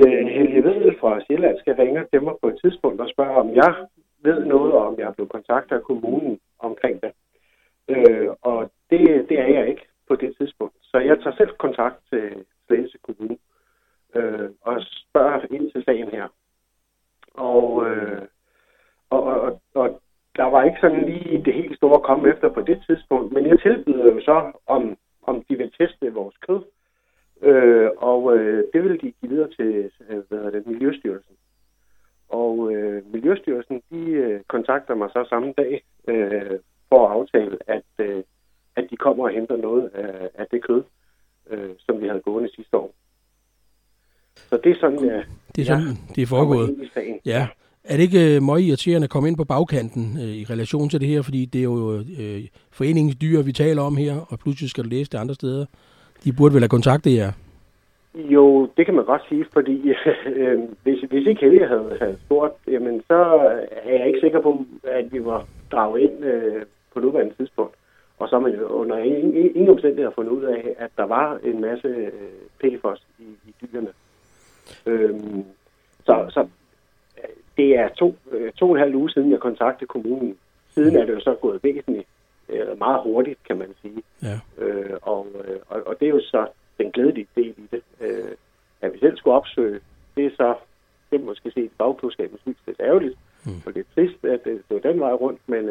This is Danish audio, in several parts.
Helge Vedel fra Sjælland skal ringe til mig på et tidspunkt og spørge, om jeg ved noget, og om jeg er blevet kontaktet af kommunen omkring det. Og det er jeg ikke på det tidspunkt. Så jeg tager selv kontakt til Slagelse Kommune og spørger ind til sagen her. Og der var ikke sådan lige det helt store at komme efter på det tidspunkt, men jeg tilbyder jo så, om de vil teste vores kød, og det vil de give videre til Miljøstyrelsen. Og Miljøstyrelsen, de kontakter mig så samme dag for at aftale, at de kommer og henter noget af det kød, som vi havde gående sidste år. Så det er sådan, det er sådan, det er foregået. Ja. Er det ikke meget irriterende at komme ind på bagkanten i relation til det her, fordi det er jo foreningens dyr, vi taler om her, og pludselig skal du læse det andre steder. De burde vel have kontaktet jer? Jo, det kan man godt sige, fordi hvis ikke Helge havde spurgt, jamen så er jeg ikke sikker på, at vi var draget ind på nuværende tidspunkt. Og så har man jo under ingen omstændigheder fundet ud af, at der var en masse PFOS i dyrene. Så det er 2,5 uger siden, jeg kontaktede kommunen. Siden er det jo så gået væsentligt, meget hurtigt, kan man sige. Ja. Og det er jo så den glædelige del i det. At vi selv skulle opsøge, det er måske set bagklodskabens lys. Det er ærgerligt, og det er trist, at det var den vej rundt, men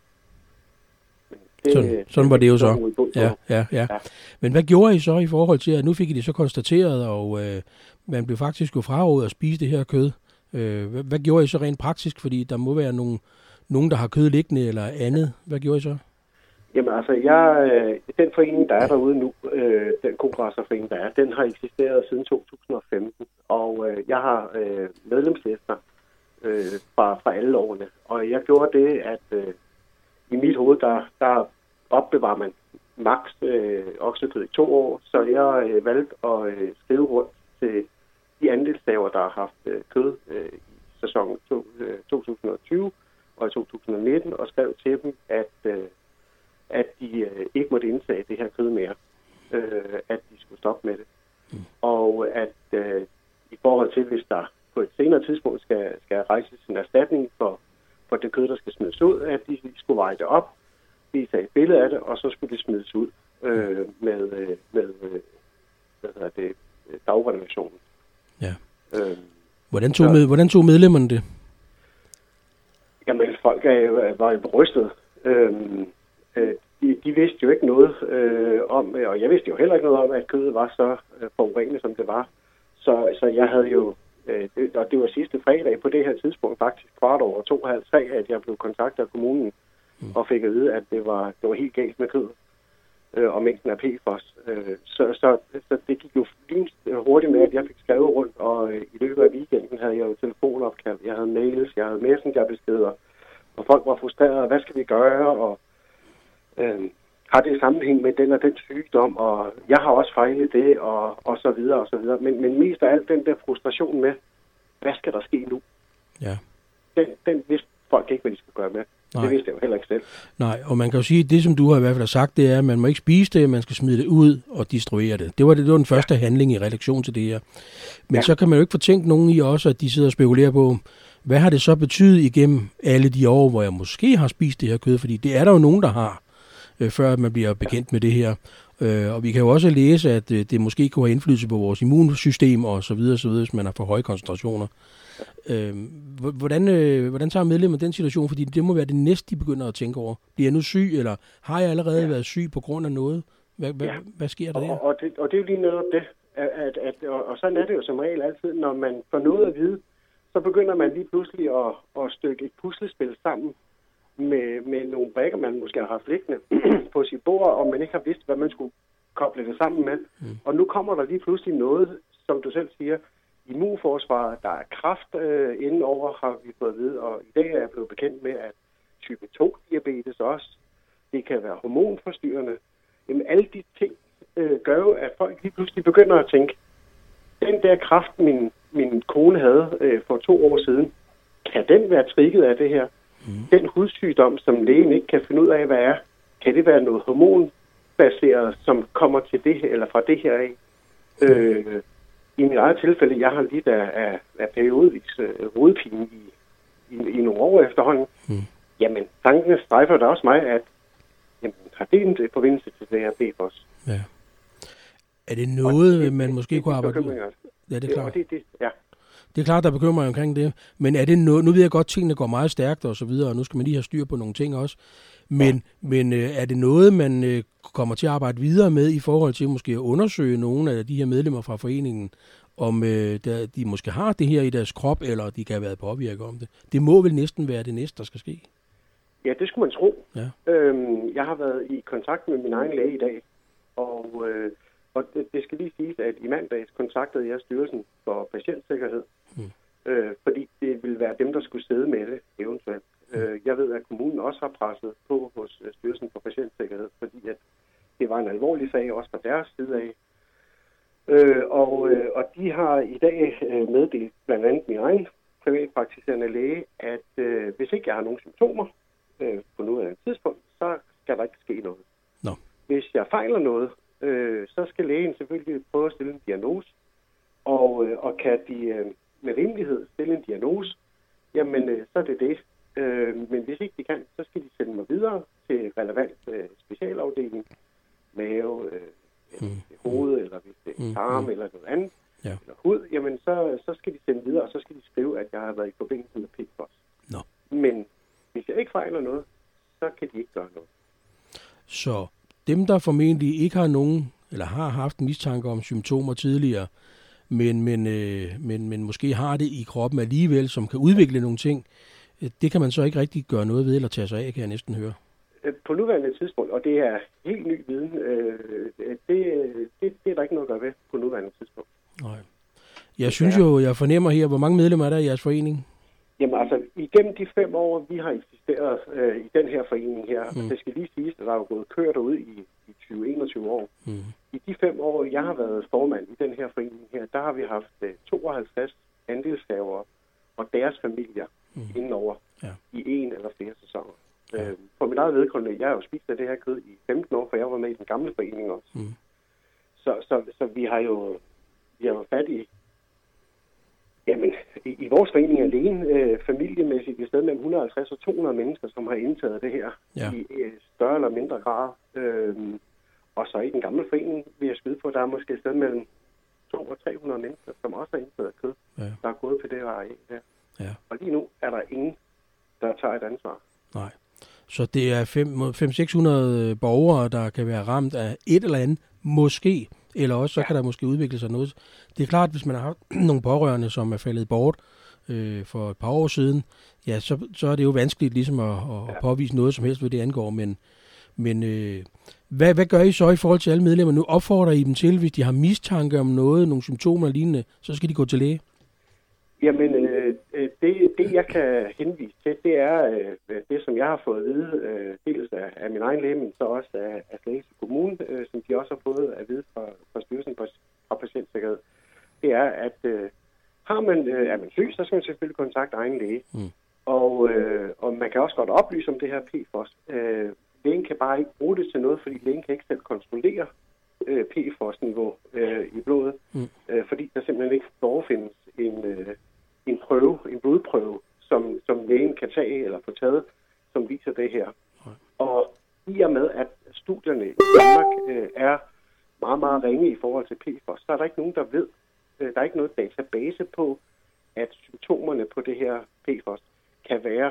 sådan var det jo så. Ja. Men hvad gjorde I så i forhold til, at nu fik I det så konstateret, og man blev faktisk jo frarådet at spise det her kød? Hvad gjorde I så rent praktisk? Fordi der må være nogen, der har kød liggende eller andet. Hvad gjorde I så? Jamen altså, den forening, der er derude nu, den kongresserforening, der er, den har eksisteret siden 2015. Og jeg har medlemslister fra alle årene. Og jeg gjorde det, at i mit hoved, der opbevarer man maks oksekød i 2 år. Så jeg valgte at skrive rundt til de andelshaver, der har haft kød i sæsonen 2020 og i 2019, og skrev til dem, at de ikke måtte indtage det her kød mere. At de skulle stoppe med det. Og at i forhold til, hvis der på et senere tidspunkt skal rejses en erstatning for det kød, der skal smides ud, at de skulle veje det op, de tage et billede af det, og så skulle det smides ud med dagrenovationen. Ja. Hvordan tog medlemmerne det? Jamen, folk var jo berystet. De vidste jo ikke noget om, og jeg vidste jo heller ikke noget om, at kødet var så forurenet, som det var. Så jeg havde jo, og det var sidste fredag på det her tidspunkt, faktisk 2:15, at jeg blev kontaktet af kommunen og fik at vide, at det var helt galt med kødet og mængden af PFOS. Så det gik jo hurtigt med, at jeg fik skrevet rundt, og i løbet af weekenden havde jeg jo telefonopkald, jeg havde mails, jeg havde messengerbeskeder, og folk var frustrerede, hvad skal vi gøre, og har det sammenhæng med den og den sygdom, og jeg har også fejlet det, og så videre, og så videre. Men mest af alt den der frustration med, hvad skal der ske nu? Ja. Den vidste folk ikke, hvad de skulle gøre med. Nej. Det vidste jeg jo heller ikke selv. Nej, og man kan jo sige, at det, som du har i hvert fald har sagt, det er, at man må ikke spise det, man skal smide det ud og destruere det. Det var den første handling i relation til det her. Men så kan man jo ikke fortænke nogen i også, at de sidder og spekulerer på, hvad har det så betydet igennem alle de år, hvor jeg måske har spist det her kød? Fordi det er der jo nogen, der har, før man bliver bekendt med det her. Og vi kan jo også læse, at det måske kunne have indflydelse på vores immunsystem og så videre, hvis man har for høje koncentrationer. Hvordan tager medlemmer den situation? Fordi det må være det næste, de begynder at tænke over. Bliver jeg nu syg, eller har jeg allerede været syg på grund af noget? Hvad sker der der? Og det er jo lige noget det. Og sådan er det jo som regel altid, når man får noget at vide, så begynder man lige pludselig at stykke et puslespil sammen med nogle brikker, man måske har haft liggende på sit bord, og man ikke har vidst, hvad man skulle koble det sammen med. Og nu kommer der lige pludselig noget, som du selv siger, immunforsvaret, der er kræft indenover, har vi fået at vide, og i dag er jeg blevet bekendt med, at type 2-diabetes også, det kan være hormonforstyrrende. Jamen alle de ting gør jo, at folk lige pludselig begynder at tænke, den der kræft, min kone havde for 2 år siden, kan den være trigget af det her? Den hudsygdom, som lægen ikke kan finde ud af, hvad er, kan det være noget hormonbaseret, som kommer til det her, eller fra det her af? i mit eget tilfælde, jeg har lidt af periodisk hovedpine i nogle år efterhånden. Jamen, tankene strejfer der også mig, at jamen, har det en forbindelse til det her PFOS? Ja. Er det noget, man måske kunne arbejde ud? Ja, det er klart. Ja. Det er klart, der er bekymring omkring det. Men er det noget, nu ved jeg godt, at tingene går meget stærkt og så videre, og nu skal man lige have styr på nogle ting også. Men er det noget, man kommer til at arbejde videre med i forhold til måske at undersøge nogle af de her medlemmer fra foreningen, om de måske har det her i deres krop, eller de kan have været påvirket om det? Det må vel næsten være det næste, der skal ske? Ja, det skulle man tro. Ja. Jeg har været i kontakt med min egen læge i dag, og det skal lige siges, at i mandags kontaktede jeg Styrelsen for Patientsikkerhed, fordi det ville være dem, der skulle sidde med det eventuelt. Jeg ved, at kommunen også har presset på hos Styrelsen for Patientsikkerhed, fordi at det var en alvorlig sag, også fra deres side af. Og de har i dag meddelt blandt andet min egen privatpraktiserende læge, at hvis ikke jeg har nogen symptomer på nuværende tidspunkt, så skal der ikke ske noget. No. Hvis jeg fejler noget, så skal lægen selvfølgelig prøve at stille en diagnose, og kan de med rimelighed stille en diagnose, jamen så er det det. Men hvis ikke de kan, så skal de sende mig videre til relevant specialafdeling, mave, hoved, eller hvis det er tarm eller noget andet, eller hud, jamen så skal de sende videre, og så skal de skrive, at jeg har været i forbindelse med PFOS. No. Men hvis jeg ikke fejler noget, så kan de ikke gøre noget. Så dem, der formentlig ikke har nogen, eller har haft mistanke om symptomer tidligere, men måske har det i kroppen alligevel, som kan udvikle nogle ting, det kan man så ikke rigtig gøre noget ved, eller tage sig af, kan jeg næsten høre. På nuværende tidspunkt, og det er helt ny viden, det er der ikke noget at gøre ved på nuværende tidspunkt. Nej. Jeg synes jo, jeg fornemmer her, hvor mange medlemmer er der i jeres forening? Jamen altså, igennem de 5 år, vi har eksisteret i den her forening her, og det skal lige siges, at der er jo gået kørt ud i 20-21 år. I de 5 år, jeg har været formand i den her forening her, der har vi haft 52 andelshavere og deres familier indenover i 1 eller flere sæsoner. For mit eget vedkommende, jeg har jo spist af det her kød i 15 år, for jeg var med i den gamle forening også. Så vi har jo fat i, jamen, i vores forening alene, familiemæssigt, i stedet mellem 150 og 200 mennesker, som har indtaget det her i større eller mindre grad. Og så i den gamle forening vil jeg skyde på, der er måske et sted mellem 200 og 300 mennesker, som også har indtaget kød, der er gået på det her areal der. Ja. Og lige nu er der ingen, der tager et ansvar. Nej. Så det er 500-600 borgere, der kan være ramt af et eller andet, måske, eller også så kan der måske udvikle sig noget. Det er klart, hvis man har nogle pårørende, som er faldet bort for et par år siden, ja, så er det jo vanskeligt ligesom at påvise noget som helst, hvad det angår. Men hvad gør I så i forhold til alle medlemmer? Nu opfordrer I dem til, hvis de har mistanke om noget, nogle symptomer eller lignende, så skal de gå til læge? Jamen, det jeg kan henvise til, det er det, som jeg har fået at vide, dels af min egen læge, men så også af Slagelse Kommune, som de også har fået at vide fra Styrelsen for Patientsikkerhed. Det er, at er man syg, så skal man selvfølgelig kontakte egen læge. Og man kan også godt oplyse om det her PFOS. Lægen kan bare ikke bruge det til noget, fordi lægen kan ikke selv kontrollere PFOS-niveau i blodet, fordi der simpelthen ikke forefindes en prøve, en blodprøve, som lægen kan tage eller få taget, som viser det her. Og i og med, at studierne i Danmark er meget, meget ringe i forhold til PFOS, så er der ikke nogen, der ved, der er ikke noget database på, at symptomerne på det her PFOS kan være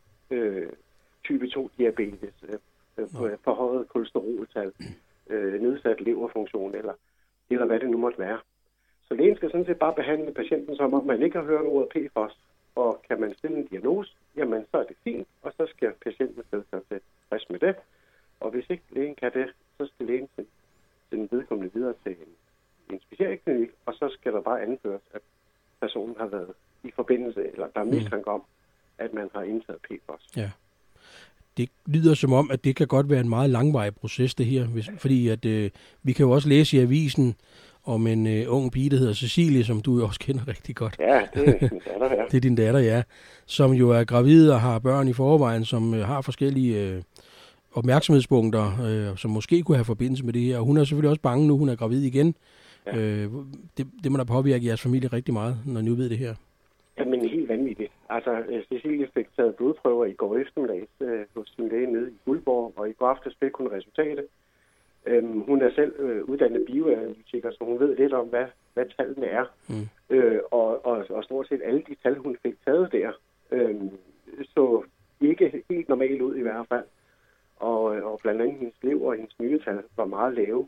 type 2-diabetes, forhøjet kolesteroltal, nedsat leverfunktion, eller hvad det nu måtte være. Så lægen skal sådan set bare behandle patienten, som om man ikke har hørt ordet PFOS, og kan man stille en diagnose, jamen så er det fint, og så skal patienten stille sig tilfreds med det. Og hvis ikke lægen kan det, så skal lægen sende vedkommende videre til en specialklinik, og så skal der bare anføres, at personen har været i forbindelse, eller der er mistanke om, at man har indtaget PFOS. Ja. Det lyder som om, at det kan godt være en meget langvarig proces, det her. Fordi at, vi kan jo også læse i avisen om en ung pige, der hedder Cecilie, som du jo også kender rigtig godt. Ja, det er din datter, ja. Det er din datter, ja. Som jo er gravid og har børn i forvejen, som har forskellige opmærksomhedspunkter, som måske kunne have forbindelse med det her. Og hun er selvfølgelig også bange nu, hun er gravid igen. Ja. Det må da påvirke jeres familie rigtig meget, når I nu ved det her. Jamen helt vanvittigt. Altså, Cecilie fik taget blodprøver i går eftermiddags hos sin læge nede i Guldborg, og i går aftes fik hun resultatet. Hun er selv uddannet bioanalytiker, så hun ved lidt om, hvad tallene er. Og stort set alle de tal, hun fik taget der, så ikke helt normalt ud i hvert fald. Og blandt andet hendes lever og hendes nyretal var meget lave.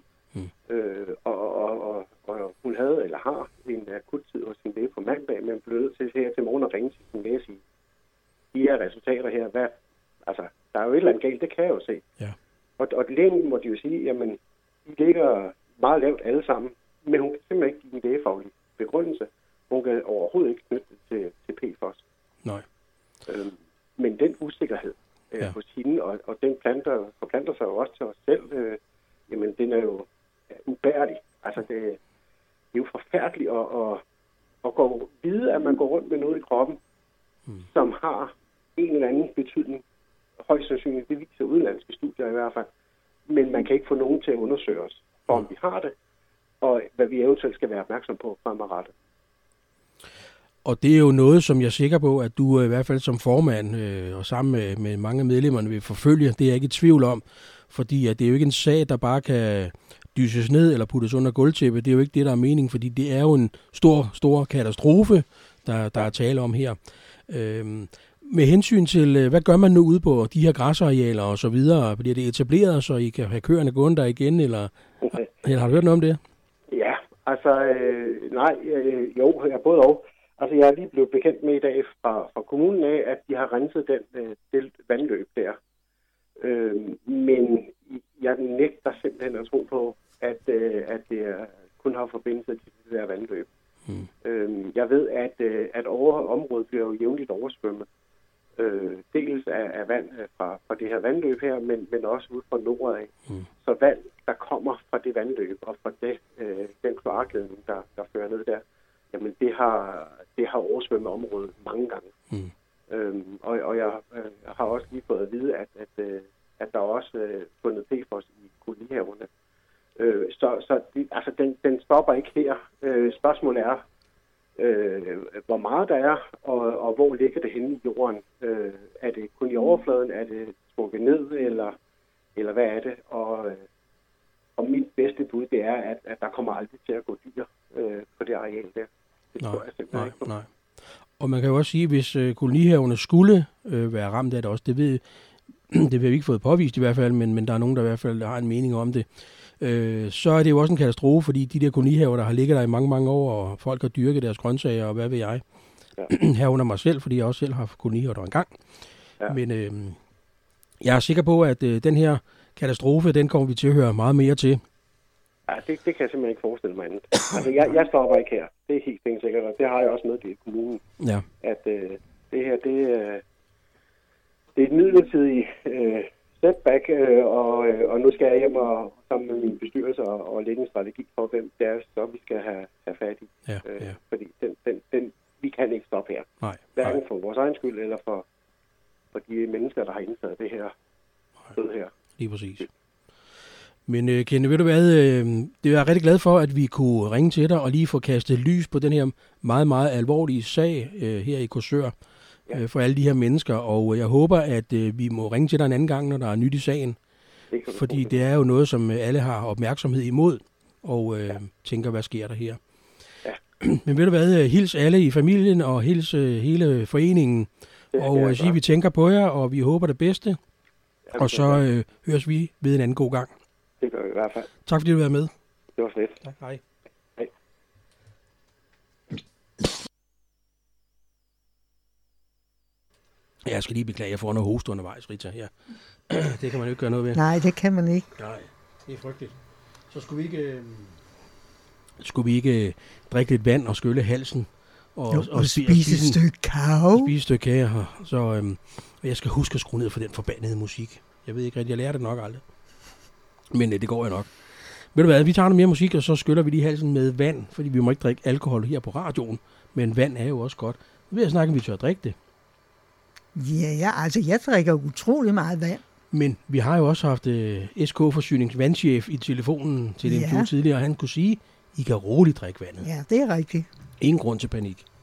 Og hun havde eller har en akut tid hos sin læge på mandag, men blev nødt til her til morgen at ringe til sin læge og sige, de her resultater her, altså, der er jo et eller andet galt, det kan jeg jo se. Ja. Og lægen må de jo sige, jamen, de ligger meget lavt alle sammen, men hun kan simpelthen ikke give en lægefaglig begrundelse. Hun kan overhovedet ikke knytte det til PFOS. Nej. Men den usikkerhed hos hende, og den forplanter sig jo også til os selv, jamen, den er jo ubærlig. Altså, det er jo forfærdeligt at gå vide, at man går rundt med noget i kroppen, som har en eller anden betydning. Højst sandsynligt, det viser udenlandske studier i hvert fald. Men man kan ikke få nogen til at undersøge os, for om vi har det, og hvad vi eventuelt skal være opmærksom på fremadrettet. Og det er jo noget, som jeg er sikker på, at du i hvert fald som formand og sammen med mange af medlemmerne vil forfølge. Det er jeg ikke i tvivl om, fordi at det er jo ikke en sag, der bare kan dyses ned eller puttes under gulvtæppet. Det er jo ikke det, der er mening, fordi det er jo en stor katastrofe, der er tale om her. Med hensyn til, hvad gør man nu ude på de her græsarealer og så videre? Bliver det etableret, så I kan have køerne gående der igen, eller har du hørt noget om det? Ja, altså, jo, jeg både og. Altså, jeg er lige blevet bekendt med i dag fra kommunen af, at de har renset det vandløb der. Men jeg nægter simpelthen at tro på, at det kun har forbindelse til det der vandløb. Jeg ved, at området bliver jo jævnligt oversvømmet. Dels af vand fra det her vandløb her, men også ud fra nordet af. Så vand, der kommer fra det vandløb og fra den kloakledning, der fører ned der, jamen det har oversvømmet området mange gange. Og jeg har også lige fået at vide, at der er også fundet PFOS i kolonihaverne. Så den stopper ikke her. Spørgsmålet er, hvor meget der er, og hvor ligger det henne i jorden. Er det kun i overfladen? Er det trukket ned? Eller hvad er det? Og mit bedste bud, det er, at der kommer aldrig til at gå dyr på det areal der. Det tror jeg simpelthen ikke på. Nej. Og man kan jo også sige, hvis kolonihaverne skulle være ramt af det også, det vil vi ikke fået påvist i hvert fald, men der er nogen, der i hvert fald har en mening om det. Så er det jo også en katastrofe, fordi de der kolonihaver, der har ligget der i mange, mange år, og folk har dyrket deres grøntsager, og hvad ved jeg. Ja. Herunder mig selv, fordi jeg også selv har haft kolonihaver der engang. Ja. Men jeg er sikker på, at den her katastrofe, den kommer vi til at høre meget mere til. Ja, det kan jeg simpelthen ikke forestille mig andet. Altså, jeg stopper ikke her. Det er helt sikkert, og det har jeg også meddelt kommunen. Ja. At det her, det er et midlertidigt setback, og nu skal jeg hjem og sammen med min bestyrelse og lægge en strategi for, hvem det er, så vi skal have fat i. Ja. Fordi vi kan ikke stoppe her. Nej. Hverken for vores egen skyld, eller for de mennesker, der har indtaget det her sted her. Lige præcis. Men Kenneth, ved du hvad, det er jeg rigtig glad for, at vi kunne ringe til dig og lige få kastet lys på den her meget, meget alvorlige sag her i Korsør for alle de her mennesker. Og jeg håber, at vi må ringe til dig en anden gang, når der er nyt i sagen. Fordi det er jo noget, som alle har opmærksomhed imod og tænker, hvad sker der her. Ja. Men ved du hvad, hils alle i familien og hils hele foreningen. Og sige, vi tænker på jer, og vi håber det bedste. Ja, og så høres vi ved en anden god gang. Det gør vi i hvert fald. Tak fordi du var med. Det var fedt. Tak, hej. Hej. Jeg skal lige beklage, jeg får noget hoste undervejs, Rita, her. Det kan man jo ikke gøre noget ved. Nej, det kan man ikke. Nej, det er frygteligt. Så skulle vi ikke drikke lidt vand og skylle halsen? Og spise et stykke kage. Spise et stykke kage her. Så jeg skal huske at skrue ned for den forbandede musik. Jeg ved ikke rigtig, jeg lærer det nok aldrig. Men det går jeg nok. Ved du hvad, vi tager noget mere musik, og så skyller vi lige halsen med vand, fordi vi må ikke drikke alkohol her på radioen. Men vand er jo også godt. Nu vil jeg snakke, om vi tør drikke det. Ja, altså jeg drikker utrolig meget vand. Men vi har jo også haft SK-forsynings vandchef i telefonen til den tidligere, og han kunne sige, I kan roligt drikke vandet. Ja, det er rigtigt. Ingen grund til panik.